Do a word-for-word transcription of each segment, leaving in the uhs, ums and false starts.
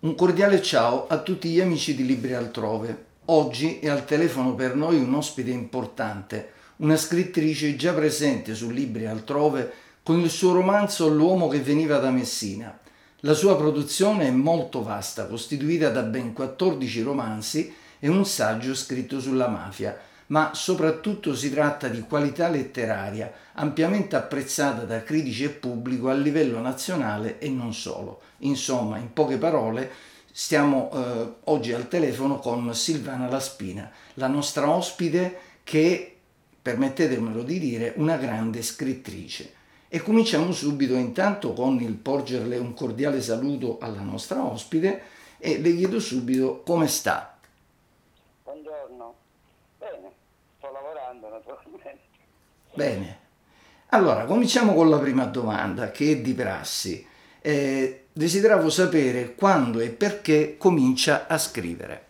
Un cordiale ciao a tutti gli amici di Libri Altrove. Oggi è al telefono per noi un ospite importante, una scrittrice già presente su Libri Altrove con il suo romanzo L'uomo che veniva da Messina. La sua produzione è molto vasta, costituita da ben quattordici romanzi e un saggio scritto sulla mafia, ma soprattutto si tratta di qualità letteraria ampiamente apprezzata da critici e pubblico a livello nazionale e non solo. Insomma, in poche parole, stiamo eh, oggi al telefono con Silvana Laspina, la nostra ospite che, permettetemelo di dire, una grande scrittrice. E cominciamo subito intanto con il porgerle un cordiale saluto alla nostra ospite e le chiedo subito come sta. Buongiorno. Bene, sto lavorando naturalmente. Bene, allora cominciamo con la prima domanda che è di prassi. Eh, desideravo sapere quando e perché comincia a scrivere.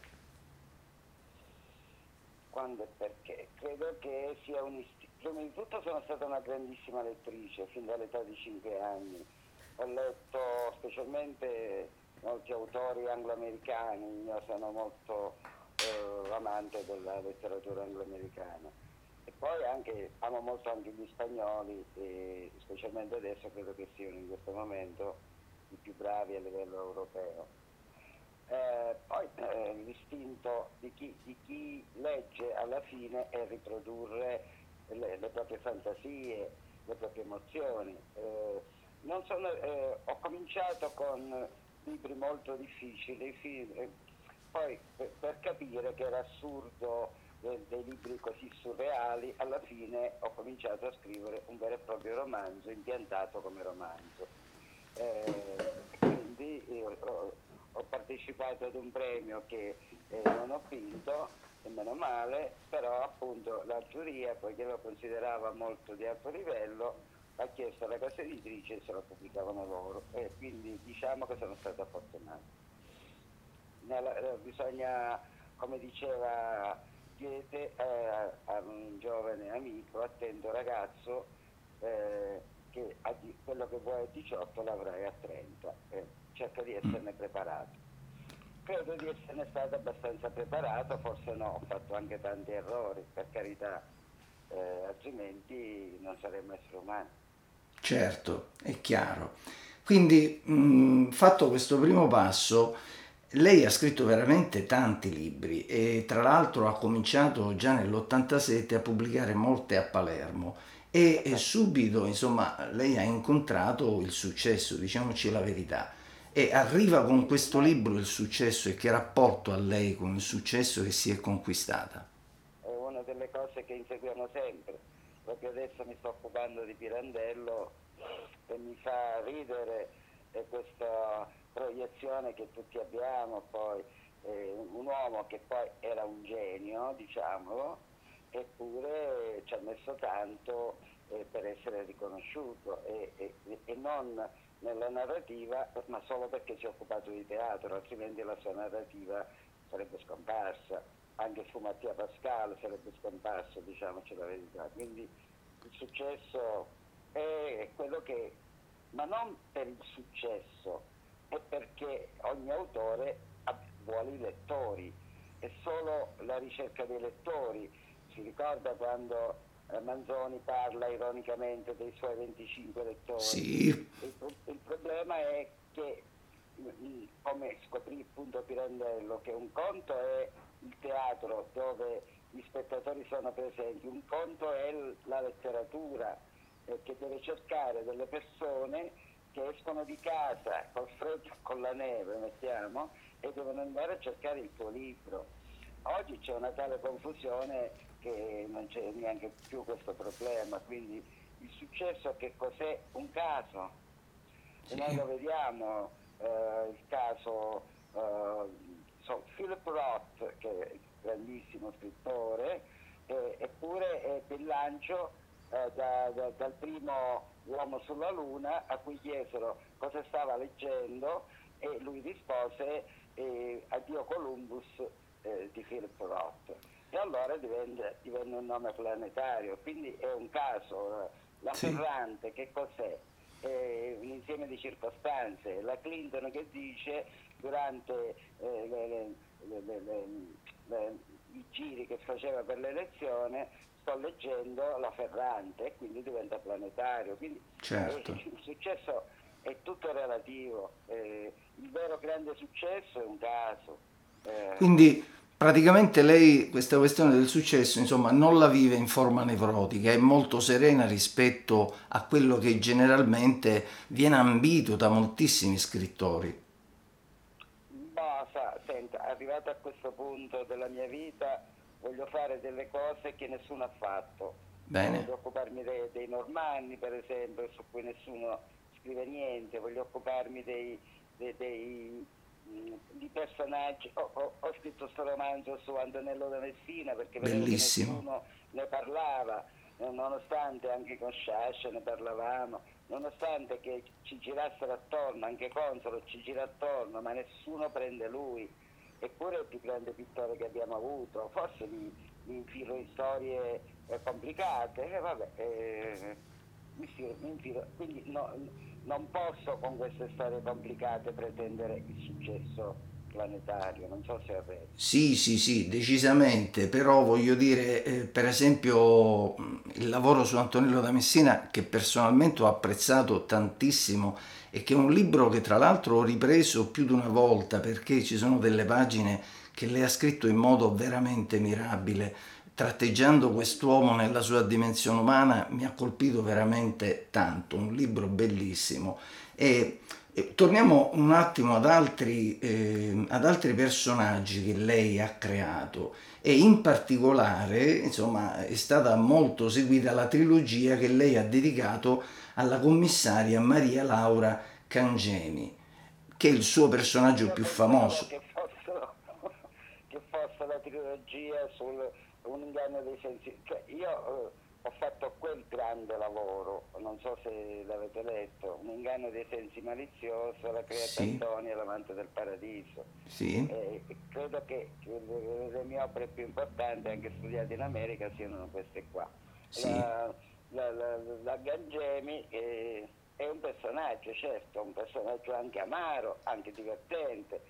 Quando e perché? Credo che sia un istinto. Prima di tutto sono stata una grandissima lettrice fin dall'età di cinque anni. Ho letto specialmente molti autori angloamericani, io sono molto eh, amante della letteratura angloamericana. E poi anche, amo molto anche gli spagnoli e specialmente adesso credo che siano in questo momento i più bravi a livello europeo. Eh, poi eh, l'istinto di chi, di chi legge alla fine è riprodurre le, le proprie fantasie, le proprie emozioni. Eh, non sono, eh, ho cominciato con libri molto difficili, fi- eh, poi per, per capire che era assurdo de- dei libri così surreali, alla fine ho cominciato a scrivere un vero e proprio romanzo, impiantato come romanzo. Eh, quindi io ho, ho partecipato ad un premio che eh, non ho vinto, e meno male, però appunto la giuria, poiché lo considerava molto di alto livello, ha chiesto alla casa editrice se lo pubblicavano loro e quindi diciamo che sono stata fortunata. Nella, eh, bisogna, come diceva Goethe, eh, a un giovane amico, attento ragazzo, eh, che a di- quello che vuoi a diciotto l'avrai a trenta, eh, cerca di esserne preparato. Credo di esserne stato abbastanza preparato, forse no, ho fatto anche tanti errori, per carità, eh, altrimenti non saremmo esseri umani. Certo, è chiaro. Quindi, mh, fatto questo primo passo, lei ha scritto veramente tanti libri e tra l'altro ha cominciato già nell'ottantasette a pubblicare molte a Palermo e, e subito, insomma, lei ha incontrato il successo, diciamoci la verità. E arriva con Sì, questo ma libro il successo e che rapporto ha lei con il successo che si è conquistata? è una delle cose che inseguiamo sempre. Proprio adesso mi sto occupando di Pirandello e mi fa ridere eh, questa proiezione che tutti abbiamo, poi eh, un un uomo che poi era un genio, diciamolo, eppure ci ha messo tanto eh, per essere riconosciuto e, e- e non nella narrativa, ma solo perché si è occupato di teatro, altrimenti la sua narrativa sarebbe scomparsa, anche su Mattia Pascal sarebbe scomparso, diciamoci la verità. Quindi il successo è quello che, ma non per il successo, è perché ogni autore ha- vuole i lettori, è solo la ricerca dei lettori. Si ricorda quando eh, Manzoni parla ironicamente dei suoi venticinque lettori. Sì, Il, pro- il problema è che, mm, come scoprì appunto Pirandello, che un conto è il teatro dove gli spettatori sono presenti, un conto è l- la letteratura eh, che deve cercare delle persone che escono di casa col freddo, con la neve, mettiamo, e devono andare a cercare il tuo libro. Oggi c'è una tale confusione che non c'è neanche più questo problema, quindi il successo che cos'è? Un caso. E noi sì, lo vediamo, eh, il caso eh, so, Philip Roth, che è un grandissimo scrittore, eh, eppure è il lancio eh, da- da- dal primo uomo sulla Luna a cui chiesero cosa stava leggendo e lui rispose eh, Addio Columbus eh, di Philip Roth. E allora divenne, divenne un nome planetario, quindi è un caso. La sì. Ferrante che cos'è? è un insieme di circostanze. La Clinton che dice durante eh, le, le, le, le, le, le, i giri che faceva per l'elezione, sto leggendo la Ferrante, e quindi diventa planetario. Quindi Certo. eh, il successo è tutto relativo, eh, il vero grande successo è un caso. Eh, Quindi praticamente lei questa questione del successo, insomma, non la vive in forma nevrotica, è molto serena rispetto a quello che generalmente viene ambito da moltissimi scrittori. Basta, senta, arrivato a questo punto della mia vita voglio fare delle cose che nessuno ha fatto. Bene, Voglio occuparmi dei, dei normanni, per esempio, su cui nessuno scrive niente, voglio occuparmi dei, dei, dei, mh, di personaggi. Ho, ho, ho scritto questo romanzo su Antonello da Messina perché vedevo che bellissimo. nessuno ne parlava, eh, nonostante anche con Sciascia ne parlavamo, nonostante che ci girassero attorno, anche Consolo ci gira attorno, ma nessuno prende lui. Eppure è il più grande pittore che abbiamo avuto. Forse mi, mi infilo in storie eh, complicate, e vabbè, eh, mi infilo, mi infilo. Quindi no, non posso con queste storie complicate pretendere il successo planetario, non so se arredo. Sì, sì, sì, decisamente, però voglio dire, eh, per esempio, mh, il lavoro su Antonello da Messina, che personalmente ho apprezzato tantissimo e che è un libro che tra l'altro ho ripreso più di una volta perché ci sono delle pagine che lei ha scritto in modo veramente mirabile, tratteggiando quest'uomo nella sua dimensione umana, mi ha colpito veramente tanto, un libro bellissimo. E e torniamo un attimo ad altri, eh, ad altri personaggi che lei ha creato e in particolare, insomma, è stata molto seguita la trilogia che lei ha dedicato alla commissaria Maria Laura Cangemi, che è il suo personaggio Io più pensavo famoso. che fossero, che fosse la trilogia sul un inganno dei sensi. Cioè, io eh, ho fatto quel grande lavoro, non so se l'avete letto, un inganno dei sensi malizioso, la creata Sì, Antonia, l'amante del paradiso. sì, Eh, credo che, che le, le mie opere più importanti, anche studiate in America, siano queste qua. sì, La, la, la, la Gangemi eh, è un personaggio, certo, un personaggio anche amaro, anche divertente,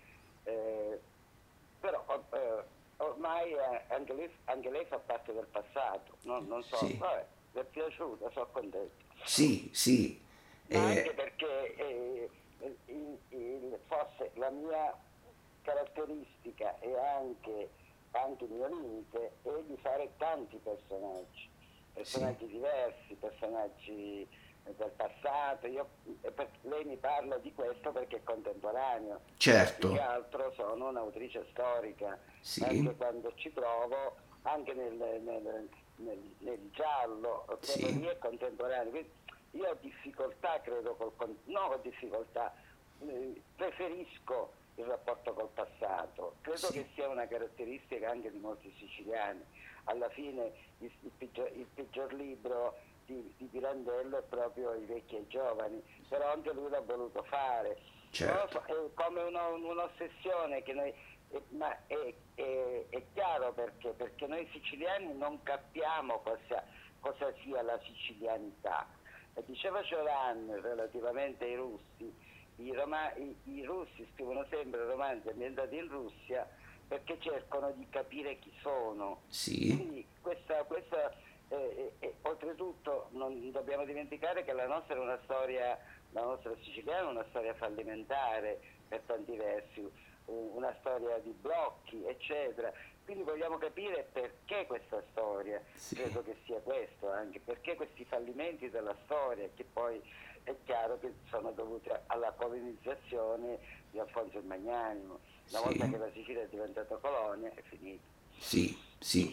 eh, però eh, ormai eh, anche, lei, anche lei fa parte del passato, non, non so, sì, vabbè, mi è piaciuta, sono contento. sì, sì, Ma anche eh, perché eh, il, il, forse la mia caratteristica e anche, anche il mio limite è di fare tanti personaggi, sì, personaggi diversi, personaggi del passato. Io, per, lei mi parla di questo perché è contemporaneo. Io più che certo, altro sono un'autrice storica, sì, anche quando ci trovo, anche nel, nel, nel, nel giallo, quello sì, lì è contemporaneo. Quindi io ho difficoltà, credo, col, no, ho difficoltà, eh, preferisco il rapporto col passato, credo sì, che sia una caratteristica anche di molti siciliani. Alla fine il, il, peggior, il peggior libro di, di Pirandello è proprio I vecchi e i giovani, però anche lui l'ha voluto fare. Non lo certo, so, è come uno, un'ossessione che noi, eh, ma è, è, è chiaro perché, perché noi siciliani non capiamo cosa, cosa sia la sicilianità. E diceva Cioran relativamente ai russi, i, roma- i, i russi scrivono sempre romanzi ambientati in Russia perché cercano di capire chi sono. sì, Quindi questa, questa eh, eh, oltretutto non dobbiamo dimenticare che la nostra è una storia, la nostra siciliana è una storia fallimentare per tanti versi, una storia di blocchi, eccetera. Quindi vogliamo capire perché questa storia, sì. credo che sia questo anche, perché questi fallimenti della storia, che poi è chiaro che sono dovuti alla colonizzazione di Alfonso il Magnanimo. Una volta Sì, che la Sicilia è diventata colonia è finito. sì, sì.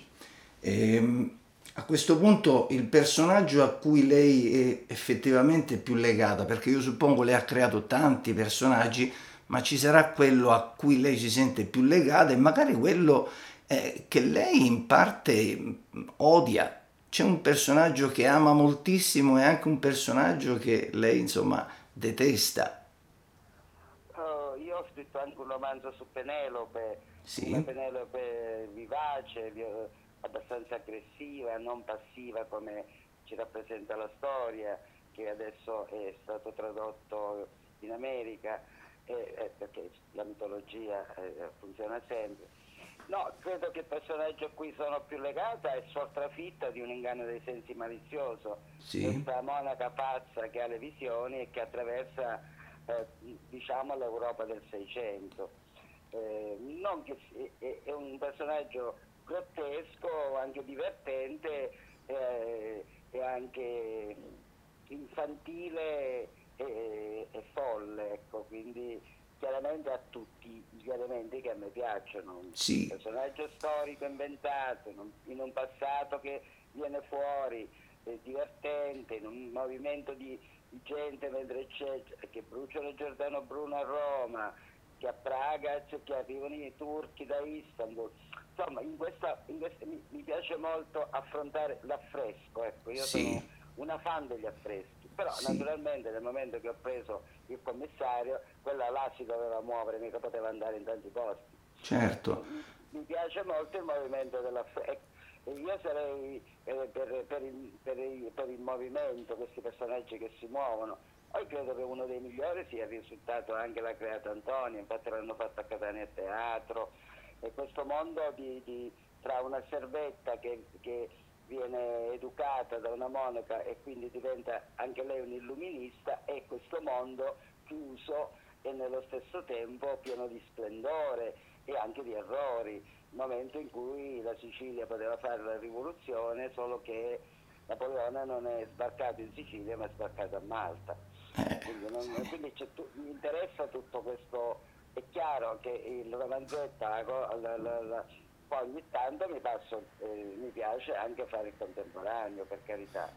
Ehm, a questo punto il personaggio a cui lei è effettivamente più legata, perché io suppongo lei ha creato tanti personaggi, ma ci sarà quello a cui lei si sente più legata e magari quello eh, che lei in parte mh, odia. C'è un personaggio che ama moltissimo e anche un personaggio che lei, insomma, detesta. Oh, io ho scritto anche un romanzo su Penelope, una Sì, Penelope vivace, vi- abbastanza aggressiva, non passiva come ci rappresenta la storia, che adesso è stato tradotto in America, eh, eh, perché la mitologia eh, funziona sempre. No, credo che il personaggio a cui sono più legata è Suor Trafitta di Un inganno dei sensi malizioso, Sì, questa monaca pazza che ha le visioni e che attraversa eh, diciamo l'Europa del Seicento. Eh, non che si- è, è un personaggio grottesco, anche divertente eh, e anche infantile e, e folle, ecco, quindi chiaramente ha tutti gli elementi che a me piacciono. Un sì, personaggio storico inventato, in un, in un passato che viene fuori, eh, divertente, in un movimento di, di gente mentre c'è, che bruciano Giordano Bruno a Roma, che a Praga, cioè, che arrivano i turchi da Istanbul. Insomma, in questa, in questa mi, mi piace molto affrontare l'affresco, ecco, io sono sì, una fan degli affreschi, però sì, naturalmente nel momento che ho preso il commissario, quella là si doveva muovere, mica poteva andare in tanti posti. certo. Mi, mi piace molto il movimento dell'affresco. E io sarei eh, per, per il, per, il, per il movimento, questi personaggi che si muovono. Poi credo che uno dei migliori sia il risultato anche la Creata Antonia, infatti l'hanno fatto a Catania a Teatro, e questo mondo di, di, tra una servetta che, che viene educata da una monaca e quindi diventa anche lei un illuminista, e questo mondo chiuso e nello stesso tempo pieno di splendore e anche di errori, il momento in cui la Sicilia poteva fare la rivoluzione, solo che Napoleone non è sbarcato in Sicilia ma è sbarcato a Malta. Eh, Quindi, non, sì. quindi c'è tu, mi interessa tutto questo. È chiaro che il romanzetto, la, co- la, la, la, poi ogni tanto mi, passo, eh, mi piace anche fare il contemporaneo, per carità.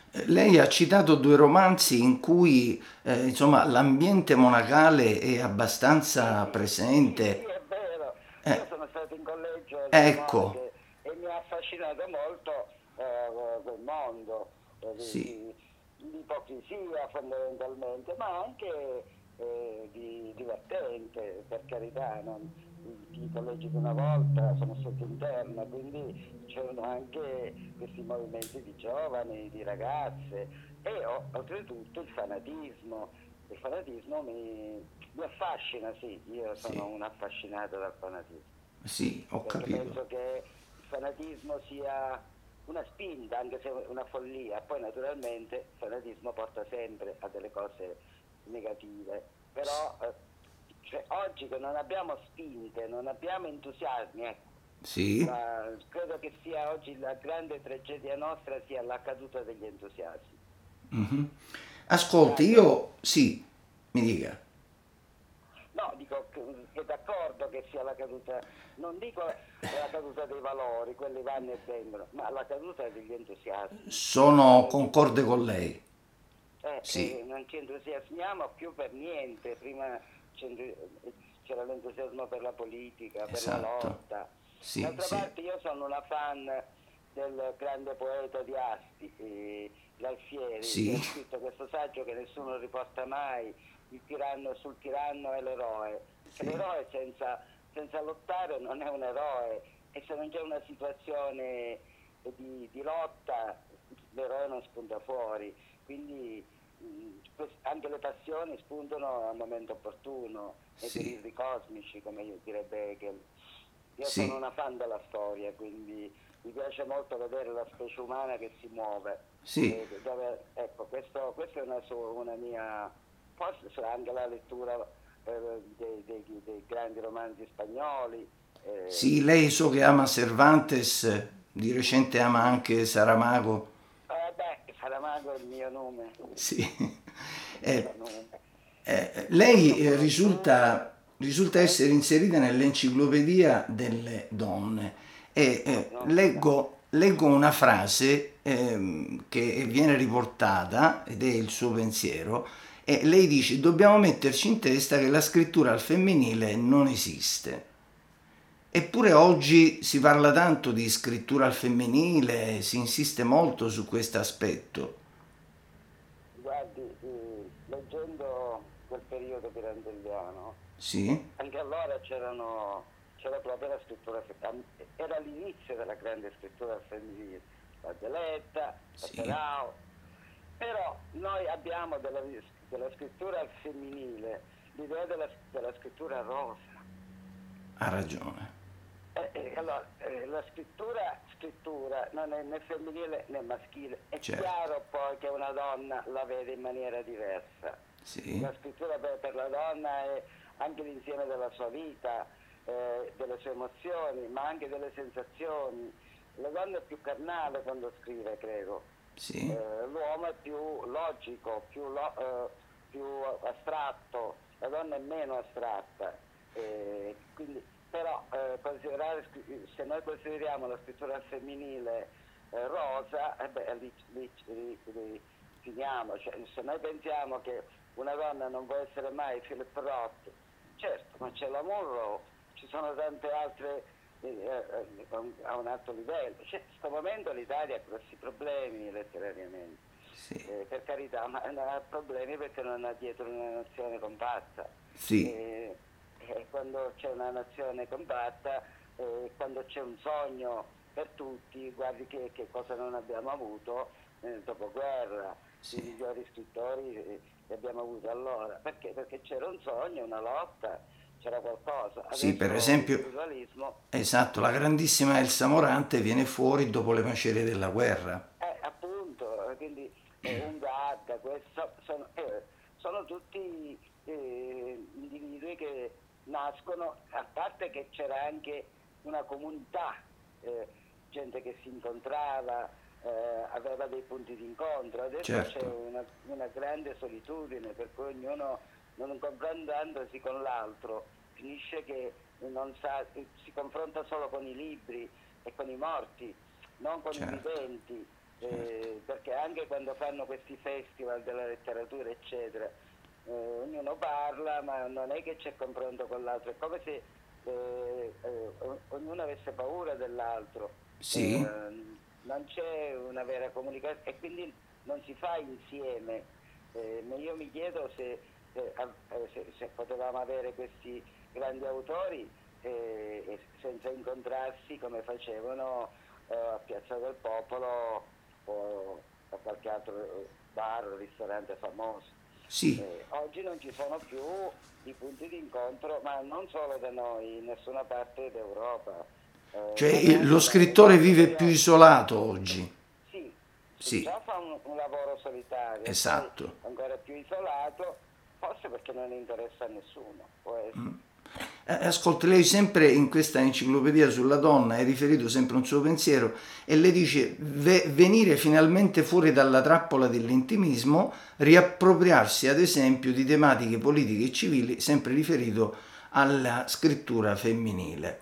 Lei ha citato due romanzi in cui eh, insomma, l'ambiente monacale è abbastanza Sì, sì, sì, presente. è vero. Eh, Io sono stato in collegio di ecco, monache e mi ha affascinato molto eh, quel mondo eh, di, sì, di- di ipocrisia fondamentalmente, ma anche eh, di divertente, per carità. Non- i, i collegi di una volta sono stato interna, quindi c'erano anche questi movimenti di giovani, di ragazze e o- oltretutto il fanatismo. Il fanatismo mi, mi affascina, sì, io sono sì, un affascinato dal fanatismo, sì, ho perché capito. penso che il fanatismo sia una spinta, anche se una follia, poi naturalmente il fanatismo porta sempre a delle cose negative, S- però eh, cioè, oggi che non abbiamo spinte, non abbiamo entusiasmi, ecco, Sì, la- credo che sia oggi la grande tragedia nostra sia la caduta degli entusiasmi. mhm. Ascolti, Cade, io sì, mi dica. no, dico che è d'accordo che sia la caduta, non dico la caduta dei valori, quelli vanno e vengono, ma la caduta degli entusiasmi. Sono Non ci, concorde con lei. eh, Sì, eh, non ci entusiasmiamo più per niente, prima c'era l'entusiasmo per la politica, per la esatto. lotta. Sì, D'altra sì, parte io sono una fan del grande poeta di Asti, eh, L'Alfieri, che sì, ha scritto questo saggio che nessuno riporta mai, il tiranno sul tiranno e l'eroe. Che sì, l'eroe senza, senza lottare non è un eroe, e se non c'è una situazione di, di lotta l'eroe non spunta fuori. Quindi mh, quest- anche le passioni spuntano al momento opportuno, nei sì, periodi cosmici, come io direbbe Hegel. Io sono sì, una fan della storia, quindi mi piace molto vedere la specie umana che si muove. sì. E dove, ecco, questo, questa è una, su- una mia, forse sarà anche la lettura eh, dei, dei- dei grandi romanzi spagnoli. eh, Sì, lei so che ama Cervantes, di recente ama sì, anche Saramago. eh, beh, Saramago è il mio nome, Sì. il Eh, mio nome. eh, Poi lei ho eh, conosciuto, risulta, risulta eh? essere inserita nell'enciclopedia delle donne e eh, No, leggo, leggo una frase ehm, che viene riportata ed è il suo pensiero e lei dice dobbiamo metterci in testa che la scrittura al femminile non esiste. Eppure oggi si parla tanto di scrittura al femminile, si insiste molto su questo aspetto. guardi, eh, leggendo quel periodo pirandelliano, Sì? anche allora c'erano, c'era proprio la scrittura femminile, era l'inizio della grande scrittura femminile, la Deletta, la Sì? Serao, Però noi abbiamo della, della scrittura al femminile l'idea della, della scrittura rosa. Ha ragione. Eh, eh, allora, eh, la scrittura, scrittura non è né femminile né maschile. È Certo. chiaro poi che una donna la vede in maniera diversa. Sì. La scrittura per, per la donna è anche l'insieme della sua vita, eh, delle sue emozioni, ma anche delle sensazioni. La donna è più carnale quando scrive, credo. Sì. Eh, l'uomo è più logico, più, lo, eh, più astratto, la donna è meno astratta. Eh, quindi, però eh, considerare, se noi consideriamo la scrittura femminile eh, rosa, eh beh, lì, lì, lì, lì finiamo. Cioè, se noi pensiamo che una donna non può essere mai Philip Roth, certo, ma c'è la Monroe, ci sono tante altre eh, eh, a un alto livello. Cioè, in questo momento l'Italia ha grossi problemi letterariamente, Sì. eh, per carità, ma non ha problemi perché non ha dietro una nazione compatta. Sì. Eh, e quando c'è una nazione compatta, eh, quando c'è un sogno per tutti, guardi che, che cosa non abbiamo avuto nel dopoguerra, Sì. i migliori scrittori eh, li abbiamo avuti allora, perché? Perché c'era un sogno, una lotta, c'era qualcosa. Adesso Sì, per esempio, l'individualismo, esatto, la grandissima Elsa Morante viene fuori dopo le macerie della guerra. eh, appunto, eh, quindi eh, un Gadda, questo, sono, eh, sono tutti eh, individui che nascono, a parte che c'era anche una comunità, eh, gente che si incontrava, eh, aveva dei punti di incontro. Adesso Certo. c'è una, una grande solitudine, per cui ognuno, non confrontandosi con l'altro, finisce che non sa, si confronta solo con i libri e con i morti, non con Certo. i viventi, eh, perché anche quando fanno questi festival della letteratura eccetera, eh, ognuno parla, ma non è che c'è confronto con l'altro, è come se eh, eh, ognuno avesse paura dell'altro. Sì. Eh, non c'è una vera comunicazione e quindi non si fa insieme. Eh, ma io mi chiedo se, se, se, se potevamo avere questi grandi autori eh, senza incontrarsi come facevano eh, a Piazza del Popolo o a qualche altro bar o ristorante famoso. Sì. Eh, oggi non ci sono più i punti di incontro, ma non solo da noi, in nessuna parte d'Europa. Eh, Cioè ma il- neanche lo da scrittore Europa, vive io- più isolato oggi. Sì, sì, Sì, già fa un, un lavoro solitario, poi esatto. ancora più isolato, forse perché non interessa a nessuno, può essere. Eh, Ascolta, lei sempre in questa enciclopedia sulla donna è riferito sempre a un suo pensiero e le dice "Ve- venire finalmente fuori dalla trappola dell'intimismo, riappropriarsi ad esempio di tematiche politiche e civili, sempre riferito alla scrittura femminile.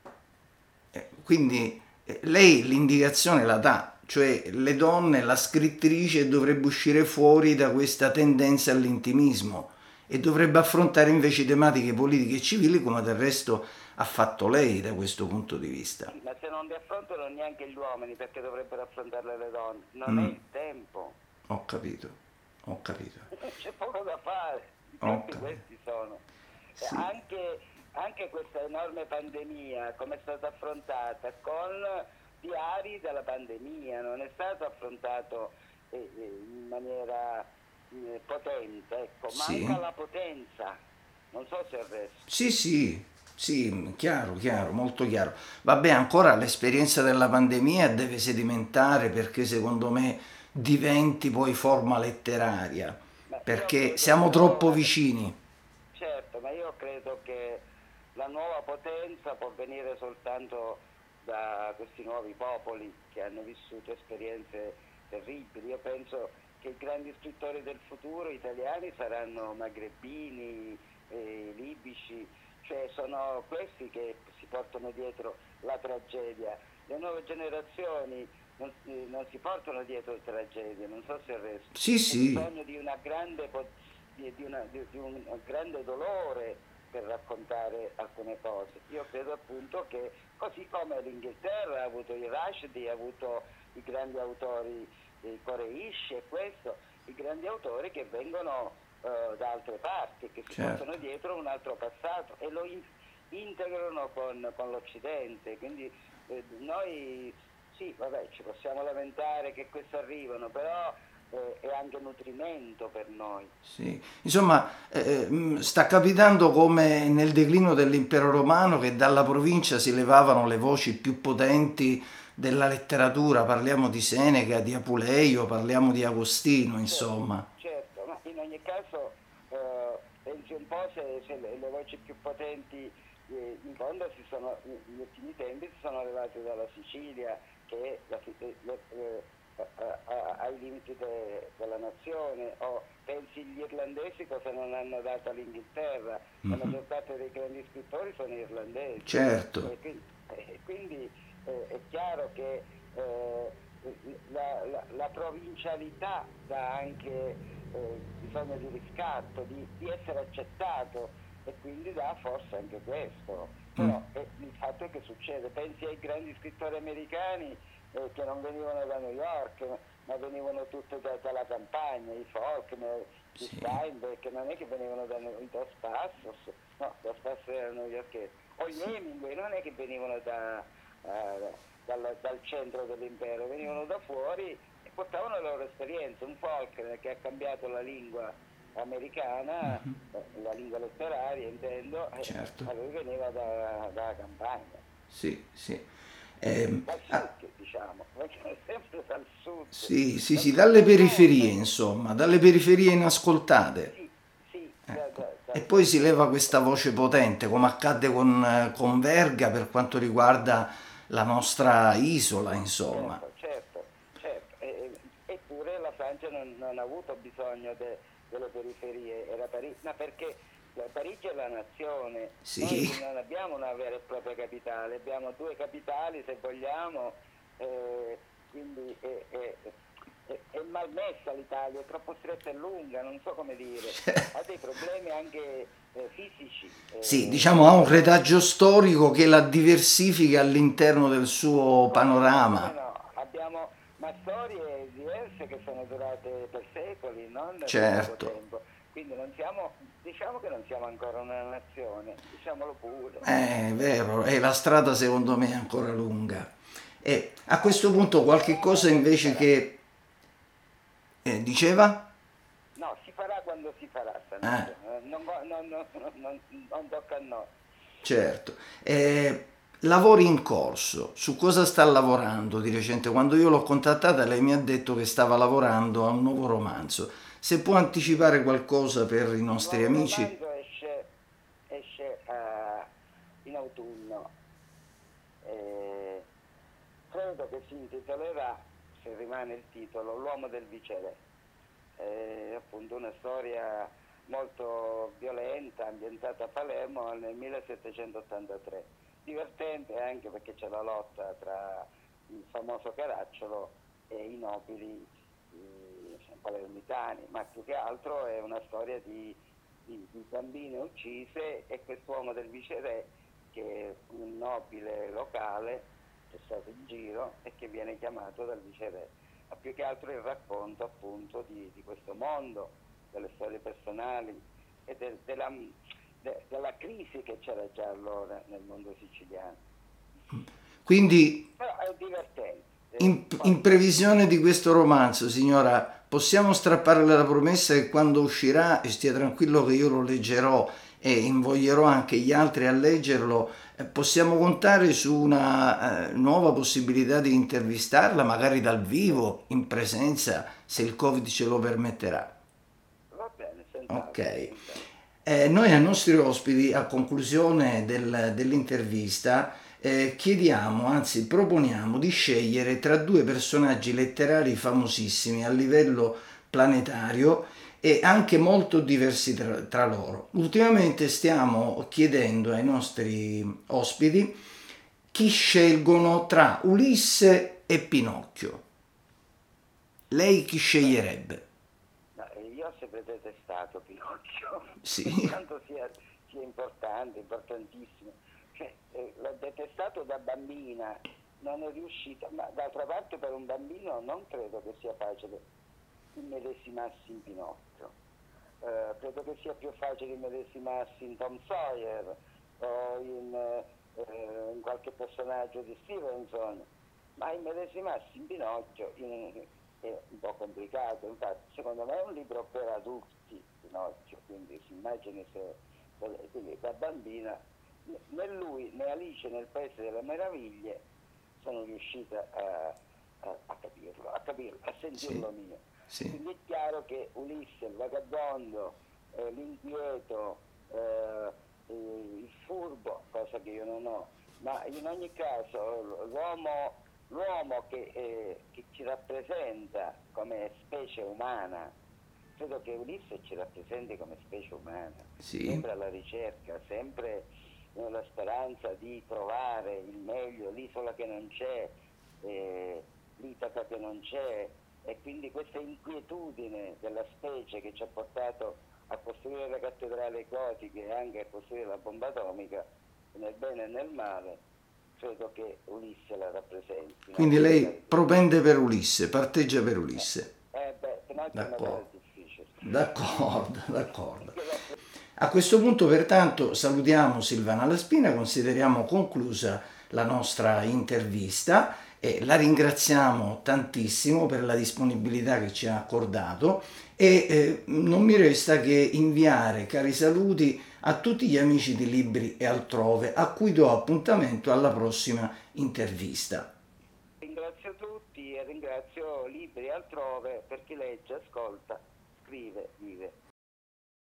Eh, Quindi eh, lei l'indicazione la dà, cioè le donne, la scrittrice dovrebbe uscire fuori da questa tendenza all'intimismo e dovrebbe affrontare invece tematiche politiche e civili come del resto ha fatto lei da questo punto di vista. Sì, ma se non li affrontano neanche gli uomini, perché dovrebbero affrontarle le donne? Non è Mm, il tempo, ho capito, ho capito, c'è poco da fare, i ho tempi capito. questi sono. E Sì, anche, anche questa enorme pandemia, come è stata affrontata? Con diari della pandemia, non è stato affrontato eh, eh, in maniera eh, potente, ecco, sì, manca la potenza, non so se il resto. sì, sì, sì, chiaro, chiaro, molto chiaro. Vabbè, ancora l'esperienza della pandemia deve sedimentare perché secondo me diventi poi forma letteraria, Ma io perché credo siamo però troppo una, vicini. certo, ma io credo che la nuova potenza può venire soltanto da questi nuovi popoli che hanno vissuto esperienze terribili. Io penso che i grandi scrittori del futuro italiani saranno magrebini, eh, libici, cioè sono questi che si portano dietro la tragedia. Le nuove generazioni non, si- non si portano dietro tragedie, non so se il resto. Sì, C'è sì, bisogno di una grande po- di, di una- di- di un grande dolore per raccontare alcune cose. Io credo appunto che così come l'Inghilterra ha avuto i Rushdie, ha avuto i grandi autori, i Koreishi e questo, i grandi autori che vengono eh, da altre parti, che si portano certo. dietro un altro passato e lo in- integrano con, con l'Occidente. Quindi eh, noi sì, vabbè, ci possiamo lamentare che questi arrivano, però eh, è anche nutrimento per noi. Sì. Insomma, eh, mh, sta capitando come nel declino dell'impero romano che dalla provincia si levavano le voci più potenti della letteratura, parliamo di Seneca, di Apuleio, parliamo di Agostino, Certo, insomma. certo, ma in ogni caso eh, pensi un po' se, se le, le voci più potenti eh, in fondo si sono, negli ultimi tempi si sono levate dalla Sicilia, che è la, fi- eh, le- eh, a- a- ai limiti de- della nazione, o pensi gli irlandesi cosa non hanno dato all'Inghilterra, la maggior parte dei grandi scrittori sono irlandesi, Certo. e quindi, e quindi, eh, è chiaro che eh, la, la- la provincialità dà anche eh, bisogno di riscatto, di, di essere accettato, e quindi dà forse anche questo. Però eh, il fatto è che succede, pensi ai grandi scrittori americani eh, che non venivano da New York, ma venivano tutti da- dalla campagna, i Faulkner, i Sì. Steinbeck, non è che venivano da i Dos Passos, no, Dos Passos era newyorkese, o gli Hemingway non è che venivano da, eh, dal, dal centro dell'impero, venivano da fuori e portavano la loro esperienza. Un Faulkner che ha cambiato la lingua americana, eh, la lingua letteraria intendo, eh, Certo. ma lui veniva da- dalla campagna, Sì, sì. Ehm, dal ah, sud, diciamo, vengono sempre dal sud, sì, sì, dal sì, sud dalle del nord. periferie, insomma, dalle periferie inascoltate. Sì, sì, da- Ecco. da- E dalle poi si leva periferie. questa voce potente, come accadde con, eh, con Verga per quanto riguarda la nostra isola, insomma. Certo, certo, certo. E- e- eppure la Francia non, non ha avuto bisogno de- delle periferie, era Parigi, ma perché la- Parigi è la nazione, Sì, noi non abbiamo una vera e propria capitale, abbiamo due capitali se vogliamo, eh, quindi è, è- è- è mal messa l'Italia, è troppo stretta e lunga, non so come dire, ha dei problemi anche eh, fisici. sì, eh, diciamo ha un retaggio storico che la diversifica all'interno del suo Come no, come panorama. no, abbiamo ma storie diverse che sono durate per secoli, non per poco Certo. tempo. Quindi non siamo, diciamo che non siamo ancora una nazione, diciamolo pure. È vero, e la strada secondo me è ancora lunga. E a No, questo punto si qualche farà cosa quando si invece farà. che eh, diceva? No, si farà quando si farà, Eh, Sannazio. Eh, Non, vo- non- non- non- non tocca a noi. certo. Eh, lavori in corso, su cosa sta lavorando di recente? Quando io l'ho contattata lei mi ha detto che stava lavorando a un nuovo romanzo. Se può anticipare qualcosa per i Il nostri nuovo amici? romanzo esce, esce eh, in autunno. Eh, credo che si intitolerà, se rimane il titolo, L'uomo del viceré. È appunto una storia molto violenta, ambientata a Palermo nel millesettecentottantatré. Divertente anche perché c'è la lotta tra il famoso Caracciolo e i nobili eh, palermitani, ma più che altro è una storia di, di, di bambine uccise, e quest'uomo del viceré, che è un nobile locale che è stato in giro e che viene chiamato dal viceré. Ma più che altro il racconto appunto di, di questo mondo, delle storie personali e del- della, de- della crisi che c'era già allora nel mondo siciliano. Quindi Però è divertente. eh, In, in poi, previsione di questo romanzo, signora, possiamo strapparle la promessa che quando uscirà, e stia tranquillo che io lo leggerò e invoglierò anche gli altri a leggerlo, eh, possiamo contare su una eh, nuova possibilità di intervistarla, magari dal vivo, in presenza, se il Covid ce lo permetterà. va bene, senz'altro, Ok. senz'altro. Eh, noi ai nostri ospiti, a conclusione del- dell'intervista, eh, chiediamo, anzi proponiamo di scegliere tra due personaggi letterari famosissimi a livello planetario e anche molto diversi tra, tra loro. Ultimamente stiamo chiedendo ai nostri ospiti chi scelgono tra Ulisse e Pinocchio. Lei chi Beh, sceglierebbe? no, eh, io ho sempre detestato Pinocchio, per Sì, quanto sia, sia importante, importantissimo. Cioè, eh, l'ho detestato da bambina, non è riuscita, ma d'altra parte per un bambino non credo che sia facile immedesimarsi in Pinocchio. Eh, credo che sia più facile immedesimarsi in Tom Sawyer o in, eh, in qualche personaggio di Stevenson, ma immedesimarsi in Pinocchio in- è un po' complicato. Infatti secondo me è un libro per adulti, Pinocchio, quindi si immagini se, quindi da bambina, né lui né Alice nel Paese delle Meraviglie sono riuscita a, a, a capirlo, a capirlo, a sentirlo Sì, mio. sì, Quindi è chiaro che Ulisse, il vagabondo, eh, l'inquieto, eh, il furbo, cosa che io non ho, ma in ogni caso l'uomo, l'uomo che, eh, che ci rappresenta come specie umana, credo che Ulisse ci rappresenti come specie umana, sì. sempre alla ricerca, sempre nella speranza di trovare il meglio, l'isola che non c'è, eh, l'Itaca che non c'è, e quindi questa inquietudine della specie che ci ha portato a costruire le cattedrali gotiche e anche a costruire la bomba atomica, nel bene e nel male, credo che Ulisse la rappresenti. No? Quindi lei propende per Ulisse, parteggia per Eh, Ulisse. eh beh, Pinocchio mi pare D'accordo, difficile. d'accordo, d'accordo. Perché la- A questo punto, pertanto, salutiamo Silvana Laspina, consideriamo conclusa la nostra intervista e la ringraziamo tantissimo per la disponibilità che ci ha accordato e eh, non mi resta che inviare cari saluti a tutti gli amici di Libri e Altrove, a cui do appuntamento alla prossima intervista. Ringrazio tutti e ringrazio Libri Altrove per chi legge, ascolta, scrive, vive.